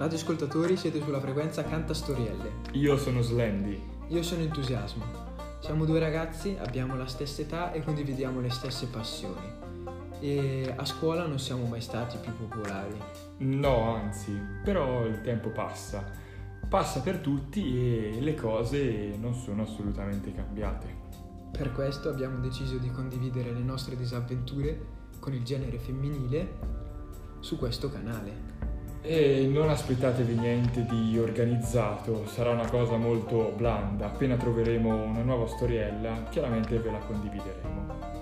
Radioascoltatori, siete sulla frequenza Canta Storielle. Io sono Slendy. Io sono Entusiasmo. Siamo due ragazzi, abbiamo la stessa età e condividiamo le stesse passioni. E a scuola non siamo mai stati più popolari. No, anzi, però il tempo passa. Passa per tutti e le cose non sono assolutamente cambiate. Per questo abbiamo deciso di condividere le nostre disavventure con il genere femminile su questo canale. E non aspettatevi niente di organizzato, sarà una cosa molto blanda. Appena troveremo una nuova storiella, chiaramente ve la condivideremo.